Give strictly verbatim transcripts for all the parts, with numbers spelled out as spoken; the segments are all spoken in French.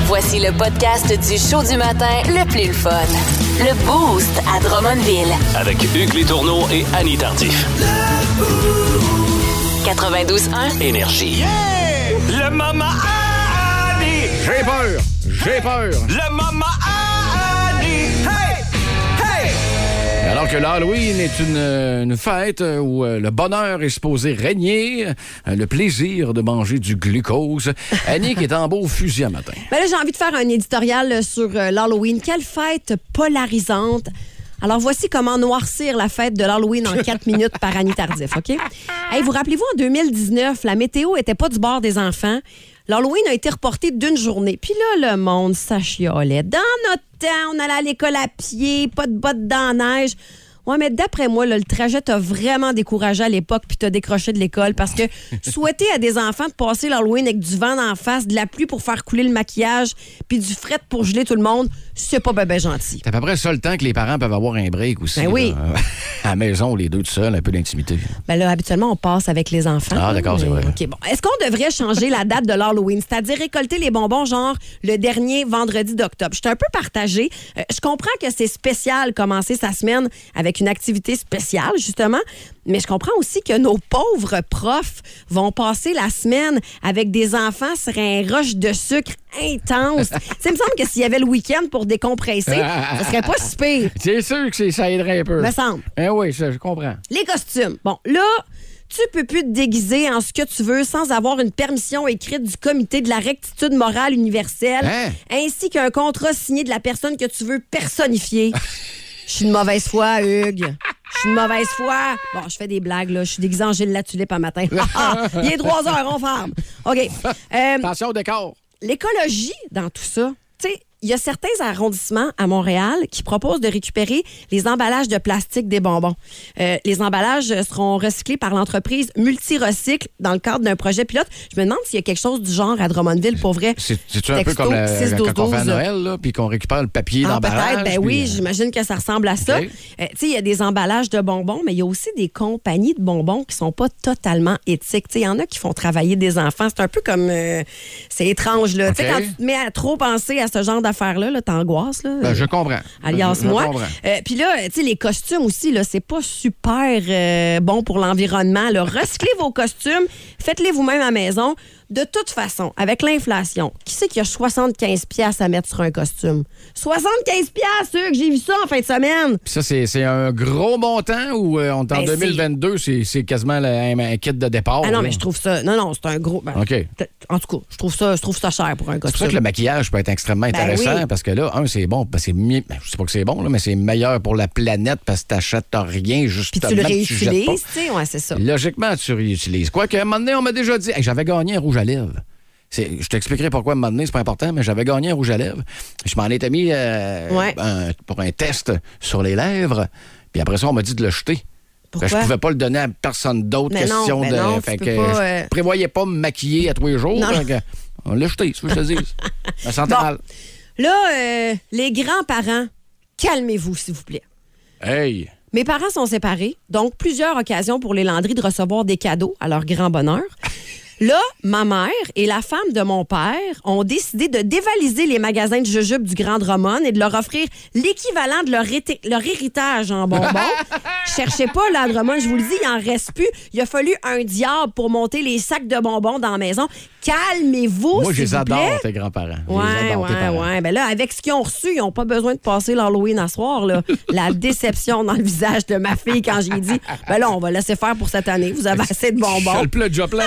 Voici le podcast du show du matin le plus le fun. Le Boost à Drummondville. Avec Hugues Létourneau et Annie Tardif. quatre-vingt-douze un Énergie. Yeah! Le Mama Annie! J'ai peur! J'ai peur! Le Mama Annie! Hey! Hey! Alors que l'Halloween est une, une fête où le bonheur est supposé régner, le plaisir de manger du glucose, Annie qui est en beau fusil à matin. Ben là, j'ai envie de faire un éditorial sur l'Halloween. Quelle fête polarisante! Alors, voici comment noircir la fête de l'Halloween en quatre minutes par Annie Tardif, OK? Hey, vous rappelez-vous, en deux mille dix-neuf, la météo était pas du bord des enfants. L'Halloween a été reporté d'une journée. Puis là, le monde s'achiolait. Dans notre temps, on allait à l'école à pied, pas de bottes dans la neige. Ouais, mais d'après moi, là, le trajet t'a vraiment découragé à l'époque puis t'as décroché de l'école parce que souhaiter à des enfants de passer l'Halloween avec du vent en face, de la pluie pour faire couler le maquillage puis du fret pour geler tout le monde, c'est pas ben, ben gentil. C'est à peu près ça le temps que les parents peuvent avoir un break aussi. Ben oui. Là. À la maison, les deux tout seuls, un peu d'intimité. Ben là, habituellement, on passe avec les enfants. Ah, d'accord, mais... c'est vrai. OK, bon. Est-ce qu'on devrait changer la date de l'Halloween, c'est-à-dire récolter les bonbons genre le dernier vendredi d'octobre? Je suis un peu partagée. Euh, je comprends que c'est spécial commencer sa semaine avec une activité spéciale, justement, mais je comprends aussi que nos pauvres profs vont passer la semaine avec des enfants sur un rush de sucre intense. Ça me semble que s'il y avait le week-end pour décompresser, ça serait pas si pire. C'est sûr que c'est, ça aiderait un peu. Me semble. Eh oui, ça, je comprends. Les costumes. Bon, là, tu peux plus te déguiser en ce que tu veux sans avoir une permission écrite du Comité de la rectitude morale universelle, Hein? ainsi qu'un contrat signé de la personne que tu veux personnifier. Je suis de mauvaise foi, Hugues. Je suis de mauvaise foi. Bon, je fais des blagues, là. Je suis déguisée en Gilles Latulippe un matin. Il est trois heures, on ferme. OK. Euh, Attention au décor. L'écologie dans tout ça, tu sais, il y a certains arrondissements à Montréal qui proposent de récupérer les emballages de plastique des bonbons. Euh, les emballages seront recyclés par l'entreprise Multirecycle dans le cadre d'un projet pilote. Je me demande s'il y a quelque chose du genre à Drummondville pour vrai. C'est, c'est-tu un peu Texto, comme la, six douze quand on fait à douze. Noël, là, puis qu'on récupère le papier Ah, d'emballage? peut-être, ben puis, oui, euh, j'imagine que ça ressemble à ça. OK. Euh, tu sais, il y a des emballages de bonbons, mais il y a aussi des compagnies de bonbons qui sont pas totalement éthiques. Tu sais, il y en a qui font travailler des enfants. C'est un peu comme... euh, c'est étrange, là. OK. Tu sais, quand tu te mets à trop penser à ce genre d'affaires-là, là, t'angoisses, là. Ben, je comprends. Alias Je- je moi. comprends. Euh, Puis là, tu sais, les costumes aussi, là, c'est pas super euh, bon pour l'environnement. là. Recyclez vos costumes, faites-les vous-même à la maison. De toute façon, avec l'inflation, qui c'est qu'il y a soixante-quinze piastres à mettre sur un costume? soixante-quinze piastres, que j'ai vu ça en fin de semaine. Puis ça, c'est, c'est un gros montant ou euh, on est en Ben, deux mille vingt-deux, c'est, c'est quasiment le- un, un kit de départ? Ah non, là. mais je trouve ça... Non, non, c'est un gros... ben, OK. t- En tout cas, je trouve ça, je trouve ça cher pour un C'est pour ça costume. que le maquillage peut être extrêmement Ben intéressant oui. parce que là, un, c'est bon. Ben, c'est mieux, ben, je sais pas que c'est bon, là, mais c'est meilleur pour la planète parce que t'achètes rien Puis justement. tu le que jettes réutilises, pas. tu sais, ouais, c'est ça. Logiquement, tu réutilises. Quoique, à un moment donné, on m'a déjà dit hey, j'avais gagné un rouge à lèvres. C'est, je t'expliquerai pourquoi à un moment donné, c'est pas important, mais j'avais gagné un rouge à lèvres. Je m'en étais mis euh, Ouais. un- pour un test sur les lèvres. Puis après ça, on m'a dit de le jeter. Pourquoi? Ben, je pouvais pas le donner à personne d'autre. Mais non, question mais de. non, tu fait peux que pas, je euh, prévoyais pas me maquiller à tous les jours. Non. Fait que on l'a jeté, c'est ce que je te dis. Je me sentais Bon. mal. Là, euh, les grands-parents, calmez-vous, s'il vous plaît. Hey! Mes parents sont séparés, donc plusieurs occasions pour les Landry de recevoir des cadeaux à leur grand bonheur. Là, ma mère et la femme de mon père ont décidé de dévaliser les magasins de jujubes du Grand Drummond et de leur offrir l'équivalent de leur, hété- leur héritage en bonbons. Cherchez pas, là, à Drummond, je vous le dis, il en reste plus. Il a fallu un diable pour monter les sacs de bonbons dans la maison. Calmez-vous, Moi, je s'il les vous adore, plaît. tes grands-parents. Je les Ouais, adore, tes ouais, parents. ouais. Ben là, avec ce qu'ils ont reçu, ils n'ont pas besoin de passer l'Halloween à soir. Là. La déception dans le visage de ma fille quand j'ai dit ben là, on va laisser faire pour cette année. Vous avez assez de Je bonbons. le plat déjà plein.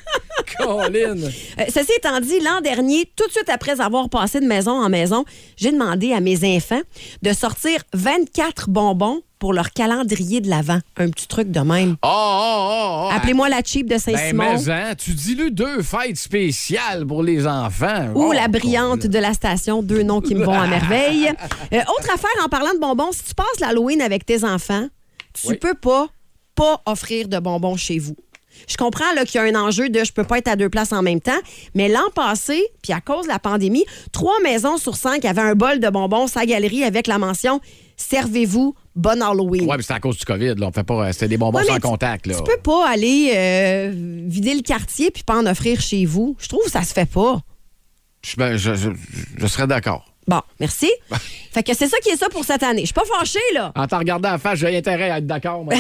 Colin! Euh, ceci étant dit, l'an dernier, tout de suite après avoir passé de maison en maison, j'ai demandé à mes enfants de sortir vingt-quatre bonbons pour leur calendrier de l'Avent. Un petit truc de même. Oh, oh, oh, oh. Appelez-moi la cheap de Ben, Saint-Simon. mais, hein, tu dis-le deux fêtes spéciales pour les enfants. Ou Oh, la brillante Colin. de la station, deux noms qui me vont à merveille. Euh, autre affaire, en parlant de bonbons, si tu passes l'Halloween avec tes enfants, tu Oui. peux pas, pas offrir de bonbons chez vous. Je comprends là, qu'il y a un enjeu de je peux pas être à deux places en même temps, mais l'an passé, puis à cause de la pandémie, trois maisons sur cinq avaient un bol de bonbons sa galerie avec la mention « Servez-vous, bonne Halloween ». Ouais, mais c'est à cause du COVID. Là. On fait pas. C'était des bonbons Ouais, sans mais tu- contact. Là. Tu peux pas aller euh, vider le quartier puis pas en offrir chez vous. Je trouve que ça se fait pas. Je, ben, je, je, je serais d'accord. Bon, merci. Fait que c'est ça qui est ça pour cette année. Je suis pas fâchée, là. En te regardant en face, j'ai intérêt à être d'accord, moi.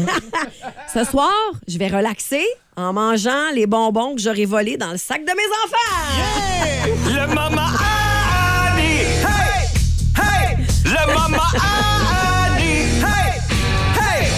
Ce soir, je vais relaxer en mangeant les bonbons que j'aurai volés dans le sac de mes enfants. Le Mama Annie! Hey! Hey! Le Mama Annie! Hey! Hey!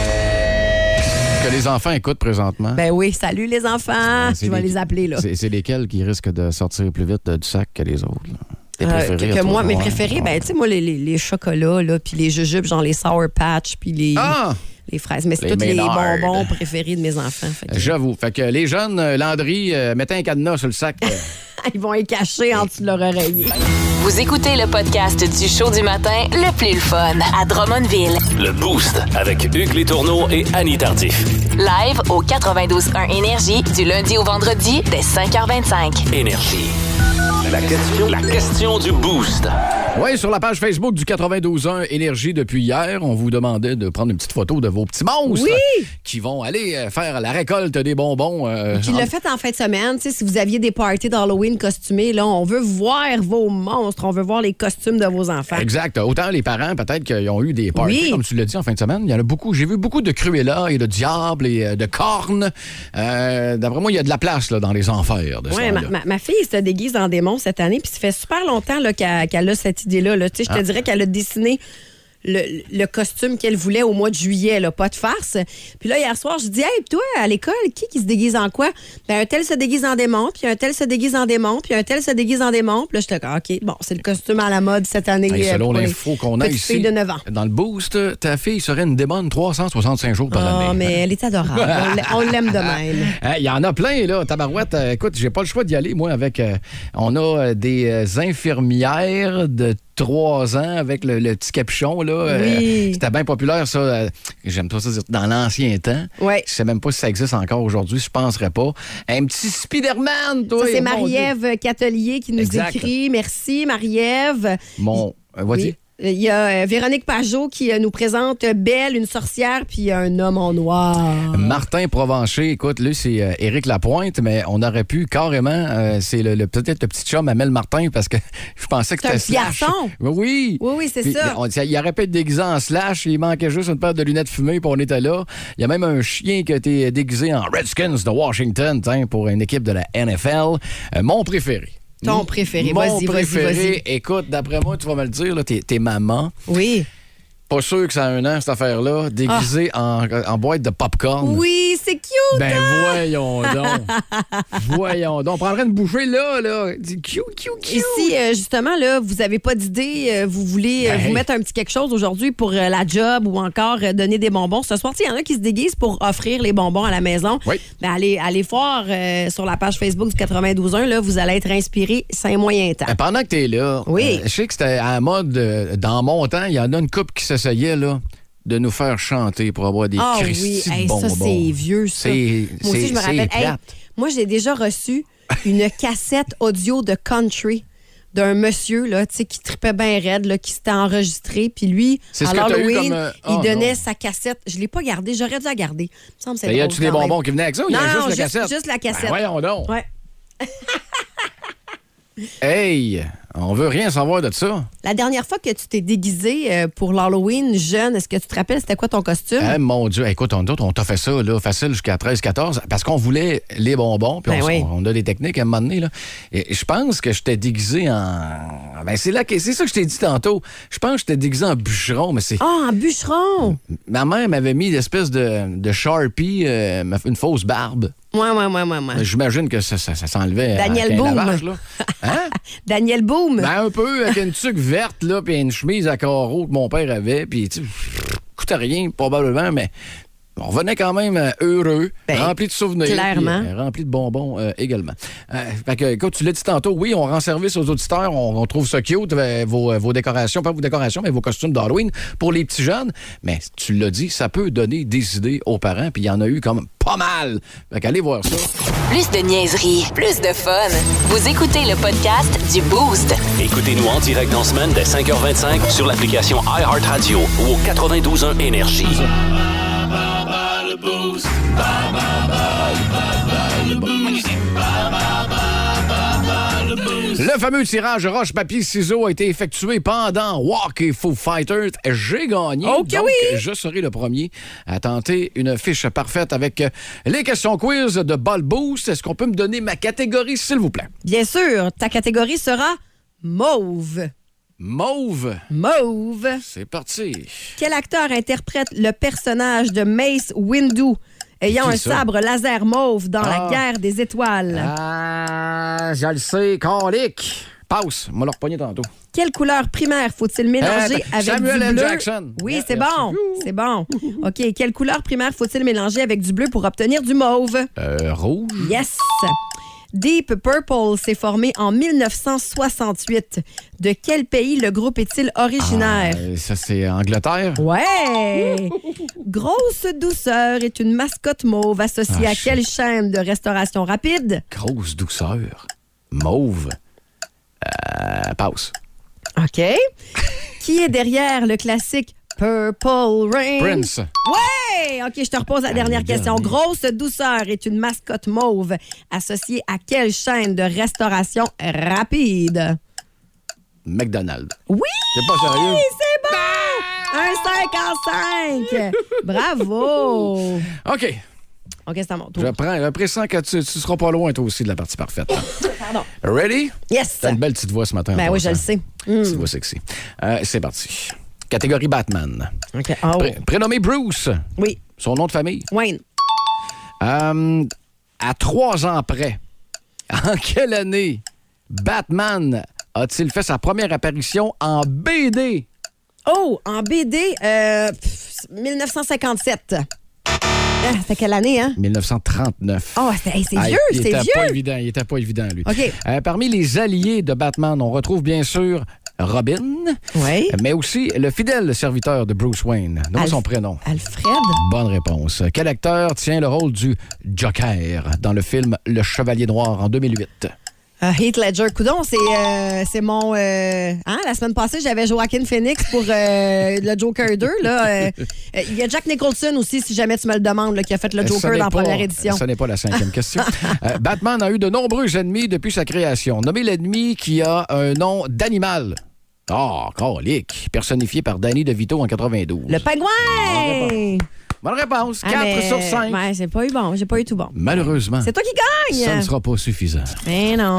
Que les enfants écoutent présentement. Ben oui, salut les enfants. C'est Je vais les- les appeler, là. C'est, c'est lesquels qui risquent de sortir plus vite euh, du sac que les autres, là? Tes Euh, préférés, que, que toi? moi, mes Ouais. préférés, ben, tu sais, moi, les, les, les chocolats, là, puis les jujubes, genre les Sour Patch, puis les, Ah! les fraises. Mais c'est Les tous les Maynard. bonbons préférés de mes enfants. Fait que- J'avoue. Fait que les jeunes, euh, Landry, euh, mettez un cadenas sur le sac. euh. Ils vont être cachés en dessous de leur oreiller. Vous écoutez le podcast du show du matin le plus le fun à Drummondville. Le Boost avec Hugues Létourneau et Annie Tardif. Live au quatre-vingt-douze point un Énergie du lundi au vendredi dès cinq heures vingt-cinq. Énergie. La question, la question du Boost. Oui, sur la page Facebook du quatre-vingt-douze point un Énergie depuis hier, on vous demandait de prendre une petite photo de vos petits monstres Oui! qui vont aller euh, faire la récolte des bonbons. euh, Puis en- le fait en fin de semaine, tu sais, si vous aviez des parties d'Halloween costumés, là, on veut voir vos monstres, on veut voir les costumes de vos enfants. Exact. Autant les parents, peut-être qu'ils ont eu des parties, Oui. comme tu l'as dit en fin de semaine. Il y en a beaucoup. J'ai vu beaucoup de Cruella et de Diable et euh, de Cornes. Euh, d'après moi, il y a de la place là, dans les enfers de Ouais, ça. ma, ma- ma fille se déguise en démon cette année, puis ça fait super longtemps là, qu'elle, qu'elle a cette idée-là. Là. Tu sais, je te Ah. dirais qu'elle a dessiné le, le costume qu'elle voulait au mois de juillet, là, pas de farce. Puis là, hier soir, je dis, hey, toi, à l'école, qui qui se déguise en quoi? Ben, un tel se déguise en démon, puis un tel se déguise en démon, puis un tel se déguise en démon. Puis là, j'étais comme, OK, bon, c'est le costume à la mode cette année. Hey, euh, selon pour les l'info qu'on a petites ici, filles de neuf ans. dans le boost, ta fille serait une démon trois cent soixante-cinq jours par Ah, année. mais elle est adorable. On l'a- On l'aime de même. Hein, il y en a plein, là, tabarouette. Euh, écoute, j'ai pas le choix d'y aller, moi, avec... euh, on a euh, des euh, infirmières de trois ans avec le, le petit capuchon, là. Euh, Oui. c'était bien populaire, ça. euh, j'aime pas ça dire dans l'ancien temps. Ouais. Je sais même pas si ça existe encore aujourd'hui, je penserais pas. Un petit Spider-Man, toi. Ça, c'est mon Marie-Ève Catelier qui nous Exact. écrit. Merci, Marie-Ève. Dieu. Mon... euh, vas-y. Oui. Il y a euh, Véronique Pajot qui euh, nous présente euh, Belle, une sorcière, puis un homme en noir. Martin Provencher, écoute, lui, c'est euh, Éric Lapointe, mais on aurait pu carrément, euh, c'est le, le- peut-être le petit chum Amel Martin, parce que je pensais que C'est un c'était petit Slash. garçon. Oui. Oui, oui, c'est Puis, ça. on- il aurait pu être déguisé en Slash, il manquait juste une paire de lunettes fumées, puis on était là. Il y a même un chien qui a été déguisé en Redskins de Washington, tiens, pour une équipe de la N F L. Euh, mon préféré. Ton préféré. Mon Vas-y, vas-y, préféré. vas-y. Écoute, d'après moi, tu vas me le dire, là, t'es, t'es maman. Oui. Pas sûr que ça a un an, cette affaire-là, déguisé en, en boîte de popcorn. Oui, c'est cute. Ben voyons donc. voyons donc. On prendrait une bouchée là, là. Dis cute, cute, cute. Et si, euh, justement, là, vous n'avez pas d'idée, euh, vous voulez euh, Ben, vous hey. mettre un petit quelque chose aujourd'hui pour euh, la job ou encore euh, donner des bonbons, ce soir, il y en a qui se déguisent pour offrir les bonbons à la maison. Oui. Ben, allez, allez voir euh, sur la page Facebook du quatre-vingt-douze un, là, vous allez être inspiré, c'est un moyen temps. Ben, pendant que t'es là, Oui. euh, je sais que c'était à la mode, euh, dans mon temps, il y en a une couple qui s'essayait, là, de nous faire chanter pour avoir des Ah oui, Christy de hey, bonbons. ça, c'est vieux, ça. C'est, Moi aussi, c'est- je me c'est rappelle. Hey, plate. moi, j'ai déjà reçu une cassette audio de country d'un monsieur là, tu sais, qui tripait bien raide, là, qui s'était enregistré. Puis lui, C'est ce à que t'as eu l'Halloween, comme, euh, il oh, donnait non. sa cassette. Je l'ai pas gardée. J'aurais dû la garder. Il me semble que c'est Ben, y drôle a-tu des quand même. bonbons qui venaient avec ça ou il y Non, a juste non, la juste, cassette? juste la cassette. Ben, voyons donc. Ouais. Hey, on veut rien savoir de ça. La dernière fois que tu t'es déguisé euh, pour l'Halloween jeune, est-ce que tu te rappelles c'était quoi ton costume? Eh, mon Dieu, écoute, on, on t'a fait ça là, facile jusqu'à treize quatorze parce qu'on voulait les bonbons, puis Ben on, oui. on a des techniques à un moment donné. Là. Et je pense que j'étais déguisé en... Ben, c'est, là que, c'est ça que je t'ai dit tantôt. Je pense que j'étais déguisé en bûcheron, mais c'est... Ah, en bûcheron! Ma mère m'avait mis l'espèce de, de Sharpie, euh, m'a fait une fausse barbe. Ouais, ouais, ouais, ouais, ouais. J'imagine que ça, ça, ça s'enlevait Daniel avec un Boom. lavage, là. Hein? Daniel Boom! Ben, un peu, avec une tuque verte, là, puis une chemise à carreaux que mon père avait, puis tu sais, coûtait rien, probablement, mais on revenait quand même euh, heureux, Ben, rempli de souvenirs. clairement. puis, euh, rempli de bonbons euh, également. Euh, fait que, écoute, tu l'as dit tantôt, oui, on rend service aux auditeurs, on, on trouve ça cute, euh, vos, euh, vos décorations, pas vos décorations, mais vos costumes d'Halloween pour les petits jeunes. Mais tu l'as dit, ça peut donner des idées aux parents, puis il y en a eu comme pas mal. Fait qu'allez voir ça. Plus de niaiserie, plus de fun. Vous écoutez le podcast du Boost. Écoutez-nous en direct en semaine dès cinq heures vingt-cinq sur l'application iHeartRadio ou au quatre-vingt-douze point un Énergie. Le fameux tirage roche-papier-ciseaux a été effectué pendant Walk et Foo Fighters. J'ai gagné. Ok, donc, oui. je serai le premier à tenter une fiche parfaite avec les questions quiz de Ball Boost. Est-ce qu'on peut me donner ma catégorie, s'il vous plaît? Bien sûr, ta catégorie sera mauve. Mauve. Mauve. C'est parti. Quel acteur interprète le personnage de Mace Windu, ayant Qui un ça? sabre laser mauve dans Ah. la guerre des étoiles? Ah, je le sais. Calique. Passe. On m'a le repogné tantôt. Quelle couleur primaire faut-il mélanger Euh, avec Samuel du L. bleu? Jackson. Oui, Yeah, c'est merci. bon. C'est bon. OK. Quelle couleur primaire faut-il mélanger avec du bleu pour obtenir du mauve? Euh, rouge. Yes. Deep Purple s'est formé en mille neuf cent soixante-huit. De quel pays le groupe est-il originaire? Ah, ça, c'est Angleterre. Ouais! Grosse douceur est une mascotte mauve associée Ah, à shit. quelle chaîne de restauration rapide? Grosse douceur. Mauve. Euh, passe. OK. Qui est derrière le classique Purple Rain? Prince. Ouais! OK, je te repose la dernière le question. dernier. Grosse douceur est une mascotte mauve associée à quelle chaîne de restauration rapide? McDonald's. Oui! C'est pas sérieux? C'est bon! Un cinq en cinq! Bravo! OK. OK, c'est à mon tour. Je prends. Je pressens que tu, tu seras pas loin, toi aussi, de la partie parfaite. Pardon. Ready? Yes! T'as une belle petite voix ce matin. en Ben oui, je passant. le sais. Petite voix sexy. Euh, c'est parti. Catégorie Batman. OK. Oh. Pré- prénommé Bruce. Oui. Son nom de famille. Wayne. Euh, à trois ans près, en quelle année Batman a-t-il fait sa première apparition en B D? Oh, en B D, euh, pff, mille neuf cent cinquante-sept. Ah, c'était quelle année, hein? dix-neuf cent trente-neuf. Oh, c'est hey, c'est Ah, vieux, il c'est était vieux. pas évident, il était pas évident, lui. OK. Euh, parmi les alliés de Batman, on retrouve bien sûr Robin, Oui. mais aussi le fidèle serviteur de Bruce Wayne. Donne Alf- son prénom. Alfred. Bonne réponse. Quel acteur tient le rôle du Joker dans le film Le Chevalier Noir en deux mille huit? Euh, Heath Ledger. Coudon, c'est euh, c'est mon... euh, hein, la semaine passée, j'avais Joaquin Phoenix pour euh, le Joker deux. Là. Euh, euh, Il y a Jack Nicholson aussi, si jamais tu me le demandes, là, qui a fait le Ce Joker n'est dans la pas- première édition. Ce n'est pas la cinquième question. Euh, Batman a eu de nombreux ennemis depuis sa création. Nommez l'ennemi qui a un nom d'animal. Ah, oh, colique. Personnifié par Danny DeVito en quatre-vingt-douze. Le pingouin! Bonne réponse. Ah, quatre mais- sur cinq. Ouais, j'ai pas eu bon, j'ai pas eu tout bon. Malheureusement, C'est toi qui gagne! ça ne sera pas suffisant. Mais non.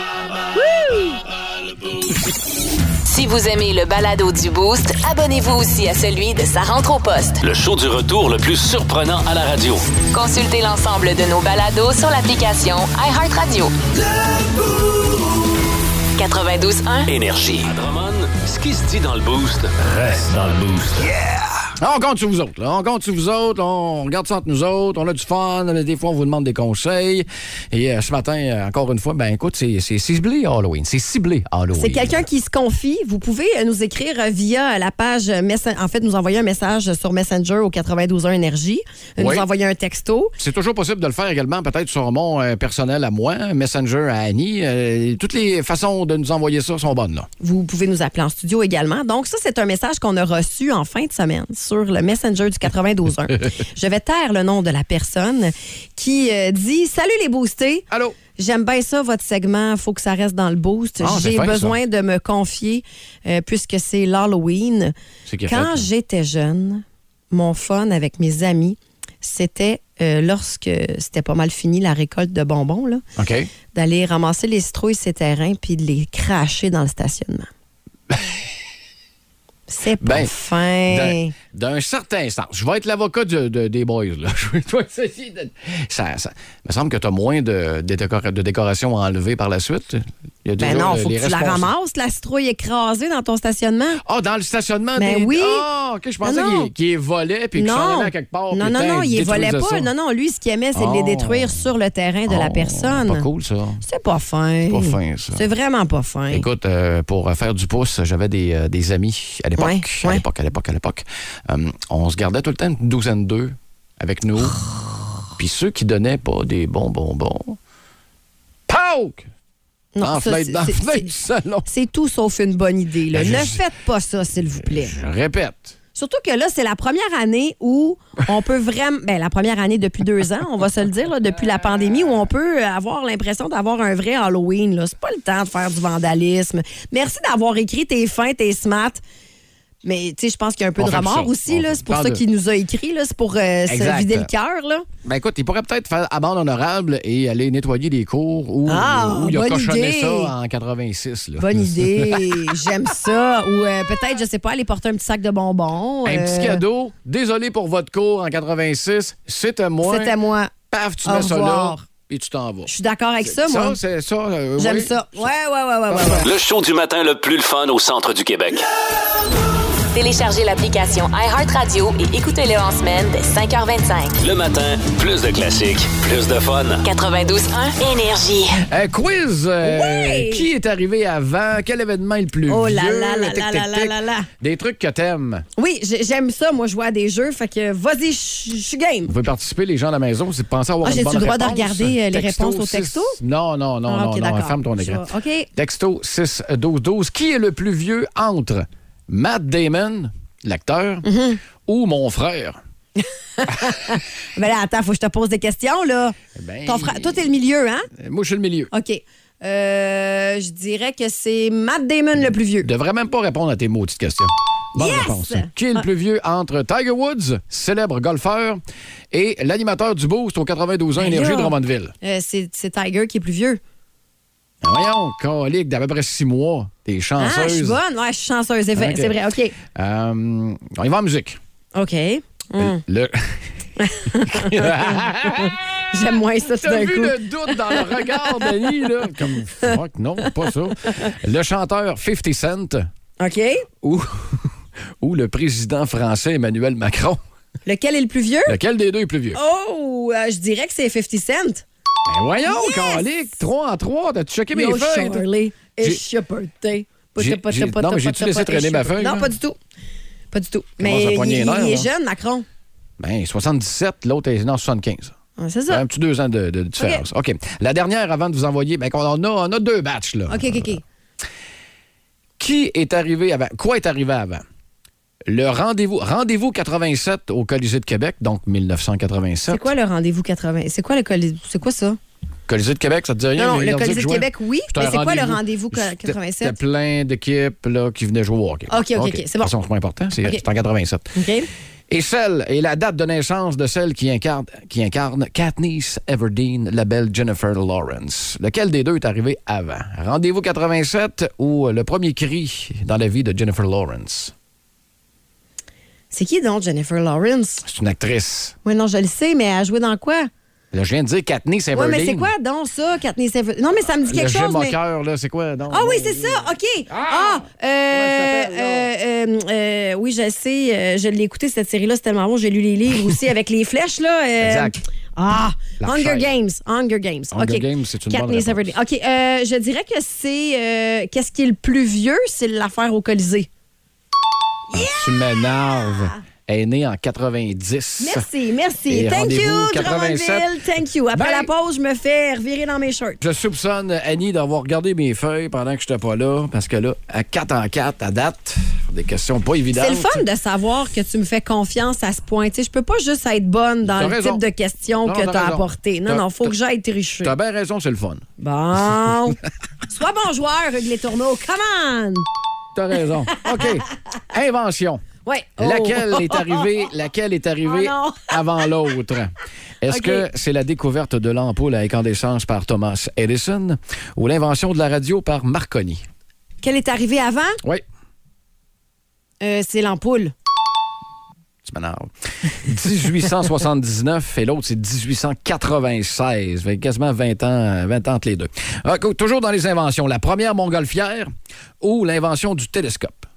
Si vous aimez le balado du Boost, abonnez-vous aussi à celui de Sa rentre au poste. Le show du retour le plus surprenant à la radio. Consultez l'ensemble de nos balados sur l'application iHeartRadio. quatre-vingt-douze un. Énergie. À Drummond, ce qui se dit dans le boost reste dans le boost. On compte sur vous autres. Là. On compte sur vous autres. On regarde ça entre nous autres. On a du fun. Des fois, on vous demande des conseils. Et euh, ce matin, euh, encore une fois, ben écoute, c'est, c'est ciblé Halloween. C'est ciblé Halloween. C'est quelqu'un qui se confie. Vous pouvez euh, nous écrire euh, via la page Messenger. En fait, nous envoyer un message sur Messenger au quatre-vingt-douze un Énergie. Euh, Oui. Nous envoyer un texto. C'est toujours possible de le faire également, peut-être sur mon euh, personnel à moi, Messenger à Annie. Euh, toutes les façons de nous envoyer ça sont bonnes, là. Vous pouvez nous appeler en studio également. Donc, ça, c'est un message qu'on a reçu en fin de semaine sur le Messenger du quatre-vingt-douze un. Je vais taire le nom de la personne qui euh, dit « Salut les boostés! Allô? J'aime bien ça, votre segment. Faut que ça reste dans le boost. Ah, c'est J'ai fin, besoin de me confier euh, puisque c'est l'Halloween. C'est qui a Quand fait, ça? j'étais jeune, mon fun avec mes amis, c'était euh, lorsque c'était pas mal fini la récolte de bonbons, là, OK. d'aller ramasser les citrouilles ces terrains puis de les cracher dans le stationnement. C'est pas Ben, fin. D'un, d'un certain sens. Je vais être l'avocat de- de- des boys. Là. Je vais essayer de- ça, ça il me semble que tu as moins de, de, décor- de décorations à enlever par la suite. Il y a Ben déjà, non, euh, faut les que tu la responsables. ramasses, la citrouille écrasée dans ton stationnement. Ah, dans le stationnement Ben des... oui. Ah, OK, je pensais Non, non. qu'il, qu'il est volé puis qu'il s'en allait à quelque part. non, puis non, tain, non, il volait détruisait pas. ça. Non, non, lui, ce qu'il aimait, c'est de les Oh. détruire sur le terrain de la Oh, personne. Pas cool, ça. C'est pas fin. C'est pas fin, ça. C'est vraiment pas fin. Écoute, euh, pour faire du pouce, j'avais des, euh, des amis à l'époque. Ouais, À ouais. l'époque, à l'époque, à l'époque. Euh, on se gardait tout le temps une douzaine d'eux avec nous. Puis ceux qui donnaient pas des bons bonbons. Pauk! Non, En ça, fenêtre, c'est- dans la c'est- fenêtre c'est- du salon. C'est tout sauf une bonne idée. Là. Ben, je ne sais. faites pas ça, s'il vous plaît. Je répète, Surtout que là, c'est la première année où on peut vraiment... Ben, la première année depuis deux ans, on va se le dire, là, depuis la pandémie, où on peut avoir l'impression d'avoir un vrai Halloween. Là. C'est pas le temps de faire du vandalisme. Merci d'avoir écrit tes fins, tes smats. Mais, tu sais, je pense qu'il y a un peu On de fait remords ça. aussi. On Là. fait- C'est pour parle ça de- qu'il nous a écrit. Là. C'est pour euh, se Exact. vider le cœur. Là. Ben écoute, il pourrait peut-être faire amende honorable et aller nettoyer des cours où, Ah, où il a bonne cochonné idée. ça en quatre-vingt-six. Là. Bonne idée. J'aime ça. Ou euh, peut-être, je sais pas, aller porter un petit sac de bonbons. Un euh, petit cadeau. Désolé pour votre cours en quatre-vingt-six. C'était moi. C'était moi. Paf, tu Au mets ça là revoir. et tu t'en vas. Je suis d'accord avec ça, moi. Ça, c'est ça. euh, J'aime oui. ça. Ouais, ouais, ouais, ouais, ouais, ouais. Le show du matin le plus le fun au centre du Québec. Téléchargez l'application iHeartRadio et écoutez-le en semaine dès cinq heures vingt-cinq. Le matin, plus de classiques, plus de fun. quatre-vingt-douze un Énergie. Un quiz. euh, Ouais. Qui est arrivé avant? Quel événement est le plus Oh vieux? là là là Tic, là tic, là là tic. là là. Des trucs que t'aimes. Oui, j'ai- j'aime ça. Moi, je joue à des jeux. Fait que vas-y, je je suis game. Vous pouvez participer, les gens à la maison, si vous pensez avoir Ah, une j'ai-tu bonne le droit de réponse. regarder, euh, les réponses au six- texto? Non, non, non, Ah, non, ok, non. d'accord. Ferme ton écran. Je vais- OK. Texto six douze douze. Qui est le plus vieux entre Matt Damon, l'acteur, Mm-hmm. ou mon frère? Mais là, attends, faut que je te pose des questions, là. Ben, Ton frère, toi, t'es le milieu, hein? Moi, je suis le milieu. OK. Euh, je dirais que c'est Matt Damon le plus vieux. Je devrais même pas répondre à tes maudites questions. Bonne Yes! réponse. Qui est le plus vieux entre Tiger Woods, célèbre golfeur, et l'animateur du Boost au quatre-vingt-douze ans Ben Énergie là. de Drummondville? Euh, c'est c'est Tiger qui est plus vieux. Ben voyons, colique, d'à peu près six mois. T'es Ah, chanceuse. je suis bonne. Ouais, je suis chanceuse. C'est vrai, OK. c'est vrai. OK. Euh, on y va en musique. OK. Hum. Le... J'aime moins ça tout T'as d'un vu coup. le doute dans le regard, Denis, là? Comme, fuck, non, pas ça. Le chanteur fifty Cent OK. ou, ou le président français Emmanuel Macron. Lequel est le plus vieux? Lequel des deux est plus vieux? Oh, euh, je dirais que c'est fifty Cent. Ben voyons, Yes! calique, trois en trois. T'as-tu checké mes Yo, feuilles? toi? Charlie, J'ai- it's your birthday. J'ai- Pota, j'ai- pota, non, mais pota, j'ai-tu pota, laissé pota, traîner ma it's your- feuille, Non, là? pas du tout. Pas du tout. Commence à Mais il, pogner il- l'air, il est là. jeune, Macron. Ben, soixante-dix-sept, l'autre est en soixante-quinze. Ah, c'est ça. Un petit deux ans de, de différence. OK. La dernière, avant de vous envoyer, ben, on, a, on a deux batchs, là. OK, OK, OK. Qui est arrivé avant? Quoi est arrivé avant? Le rendez-vous rendez-vous quatre-vingt-sept au Colisée de Québec, donc mille neuf cent quatre-vingt-sept. C'est quoi le rendez-vous quatre-vingts? C'est quoi le Colisée? C'est quoi ça? Colisée de Québec, ça te dit rien? Non, non, les le Nordiques Colisée de jouaient? Québec, oui. C'était Mais un c'est quoi le rendez-vous- rendez-vous C'était- quatre-vingt-sept? C'était plein d'équipes là, qui venaient jouer au hockey. OK, OK, OK, c'est bon. De toute façon, c'est pas important, c'est OK. c'est en quatre-vingt-sept. OK. Et celle, et la date de naissance de celle qui incarne, qui incarne Katniss Everdeen, la belle Jennifer Lawrence. Lequel des deux est arrivé avant? Rendez-vous quatre-vingt-sept ou le premier cri dans la vie de Jennifer Lawrence? C'est qui donc, Jennifer Lawrence? C'est une actrice. Oui, non, je le sais, mais elle a joué dans quoi? Là, je viens de dire Katniss Oui, Everdeen. mais c'est quoi donc ça, Katniss Everdeen? Non, mais ça me dit quelque le chose, jeu mais... moqueur, là, c'est quoi? donc? Ah oui, c'est ça, OK. Ah, euh, euh, euh, euh, oui, je sais, euh, je l'ai écouté, cette série-là, c'est tellement bon. J'ai lu les livres aussi avec les flèches, là. euh, Exact. Ah, L'archère. Hunger Games. Hunger Games. Hunger OK. Games, c'est une bonne Katniss réponse. Everdeen. OK, euh, je dirais que c'est... euh, qu'est-ce qui est le plus vieux? C'est l'affaire au Colisée. Tu m'énerves. Elle est née en quatre-vingt-dix. Merci, merci. Et Thank you, rendez-vous quatre-vingt-sept. Drummondville. Thank you. Après Ben- la pause, je me fais revirer dans mes shirts. Je soupçonne Annie d'avoir regardé mes feuilles pendant que je n'étais pas là, parce que là, à quatre en quatre, à date, des questions pas évidentes. C'est le fun de savoir que tu me fais confiance à ce point. Tu sais, je peux pas juste être bonne dans T'as le raison. type de questions Non, que t'as tu as raison. apportées. Non, T'as- non, faut t'as- que j'aille tricher. T'as bien raison, c'est le fun. Bon. Sois bon joueur, Hugues Les Tourneaux. Come on! T'as raison. OK. Invention. Ouais. Oh. Laquelle est arrivée, laquelle est arrivée Oh non. avant l'autre? Est-ce OK. que c'est la découverte de l'ampoule à incandescence par Thomas Edison ou l'invention de la radio par Marconi? Quelle est arrivée avant? Oui, Euh, c'est l'ampoule. tu m'énerves. dix-huit cent soixante-dix-neuf et l'autre, c'est dix-huit cent quatre-vingt-seize. Fait quasiment vingt ans, vingt ans entre les deux. Ah, écoute, toujours dans les inventions. La première montgolfière ou l'invention du télescope?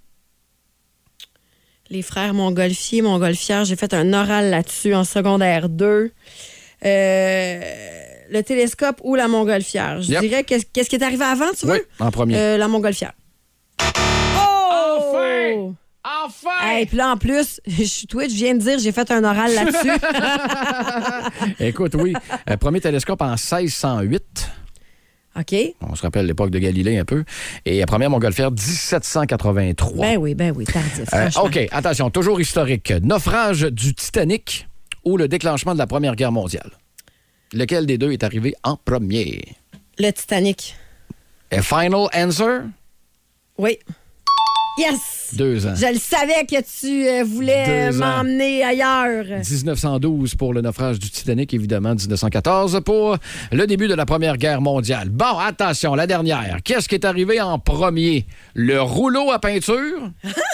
Les frères Montgolfier, Montgolfière, j'ai fait un oral là-dessus en secondaire deux. Euh, le télescope ou la Montgolfière? Je Yep. dirais que, qu'est-ce qui est arrivé avant, tu veux? Oui, en premier. Euh, la Montgolfière. Oh! Enfin! Enfin! Hey, puis là, en plus, je suis Twitch, je viens de dire, j'ai fait un oral là-dessus. Écoute, oui. Euh, premier télescope en seize cent huit. OK. On se rappelle l'époque de Galilée un peu. Et la première montgolfière, dix-sept cent quatre-vingt-trois. Ben oui, ben oui, tardif, Euh, franchement. OK, attention, toujours historique. Naufrage du Titanic ou le déclenchement de la Première Guerre mondiale? Lequel des deux est arrivé en premier? Le Titanic. A final answer? Oui. Yes! Deux ans. Je le savais que tu euh, voulais Deux ans. m'emmener ailleurs. dix-neuf cent douze pour le naufrage du Titanic, évidemment, dix-neuf cent quatorze pour le début de la Première Guerre mondiale. Bon, attention, la dernière. Qu'est-ce qui est arrivé en premier? Le rouleau à peinture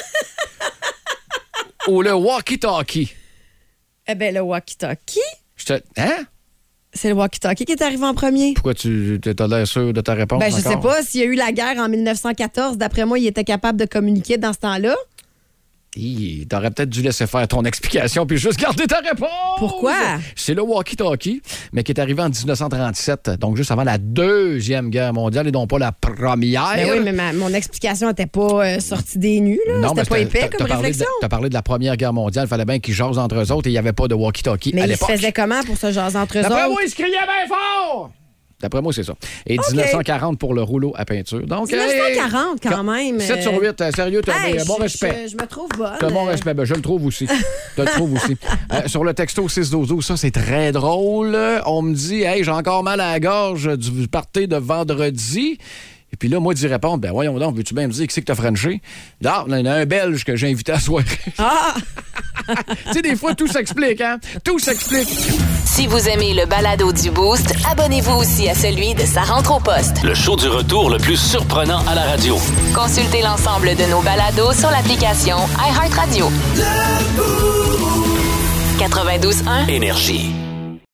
ou le walkie-talkie? Eh bien, le walkie-talkie. Je te... Hein? C'est le walkie-talkie qui est arrivé en premier. Pourquoi tu as l'air sûr de ta réponse Ben, je encore? sais pas. S'il y a eu la guerre en dix-neuf cent quatorze, d'après moi, il était capable de communiquer dans ce temps-là. Hi, t'aurais peut-être dû laisser faire ton explication puis juste garder ta réponse. Pourquoi? C'est le walkie-talkie, mais qui est arrivé en dix-neuf cent trente-sept, donc juste avant la Deuxième Guerre mondiale et non pas la Première. Ben oui, mais ma- mon explication n'était pas euh, sortie des nues. Là. Non, C'était mais pas t'as- épais t'as- comme t'as parlé réflexion. de- T'as parlé de la Première Guerre mondiale, il fallait bien qu'ils jasent entre eux autres et il n'y avait pas de walkie-talkie Mais à ils l'époque. faisaient comment pour se jaser entre eux D'après autres? moi, ils se criaient bien fort! D'après moi, c'est ça. Et OK. dix-neuf cent quarante pour le rouleau à peinture. Donc, dix-neuf cent quarante quand même. sept sur huit, euh, sérieux, t'as Hey, un bon je- respect. Je, je me trouve bonne. T'as mon Euh, respect. Ben, je le trouve aussi. Je le trouve aussi. Euh, sur le texto six douze douze, ça, c'est très drôle. On me dit, hey, j'ai encore mal à la gorge du party de vendredi. Et puis là, moi, d'y répondre, ben voyons donc, veux-tu bien me dire qui c'est que t'as frenché? Là, il y en a un Belge que j'ai invité à soirée. Ah! Tu sais, des fois, tout s'explique, hein? Tout s'explique. Si vous aimez le balado du Boost, abonnez-vous aussi à celui de Sa rentre au poste. Le show du retour le plus surprenant à la radio. Consultez l'ensemble de nos balados sur l'application iHeartRadio. quatre-vingt-douze point un Énergie.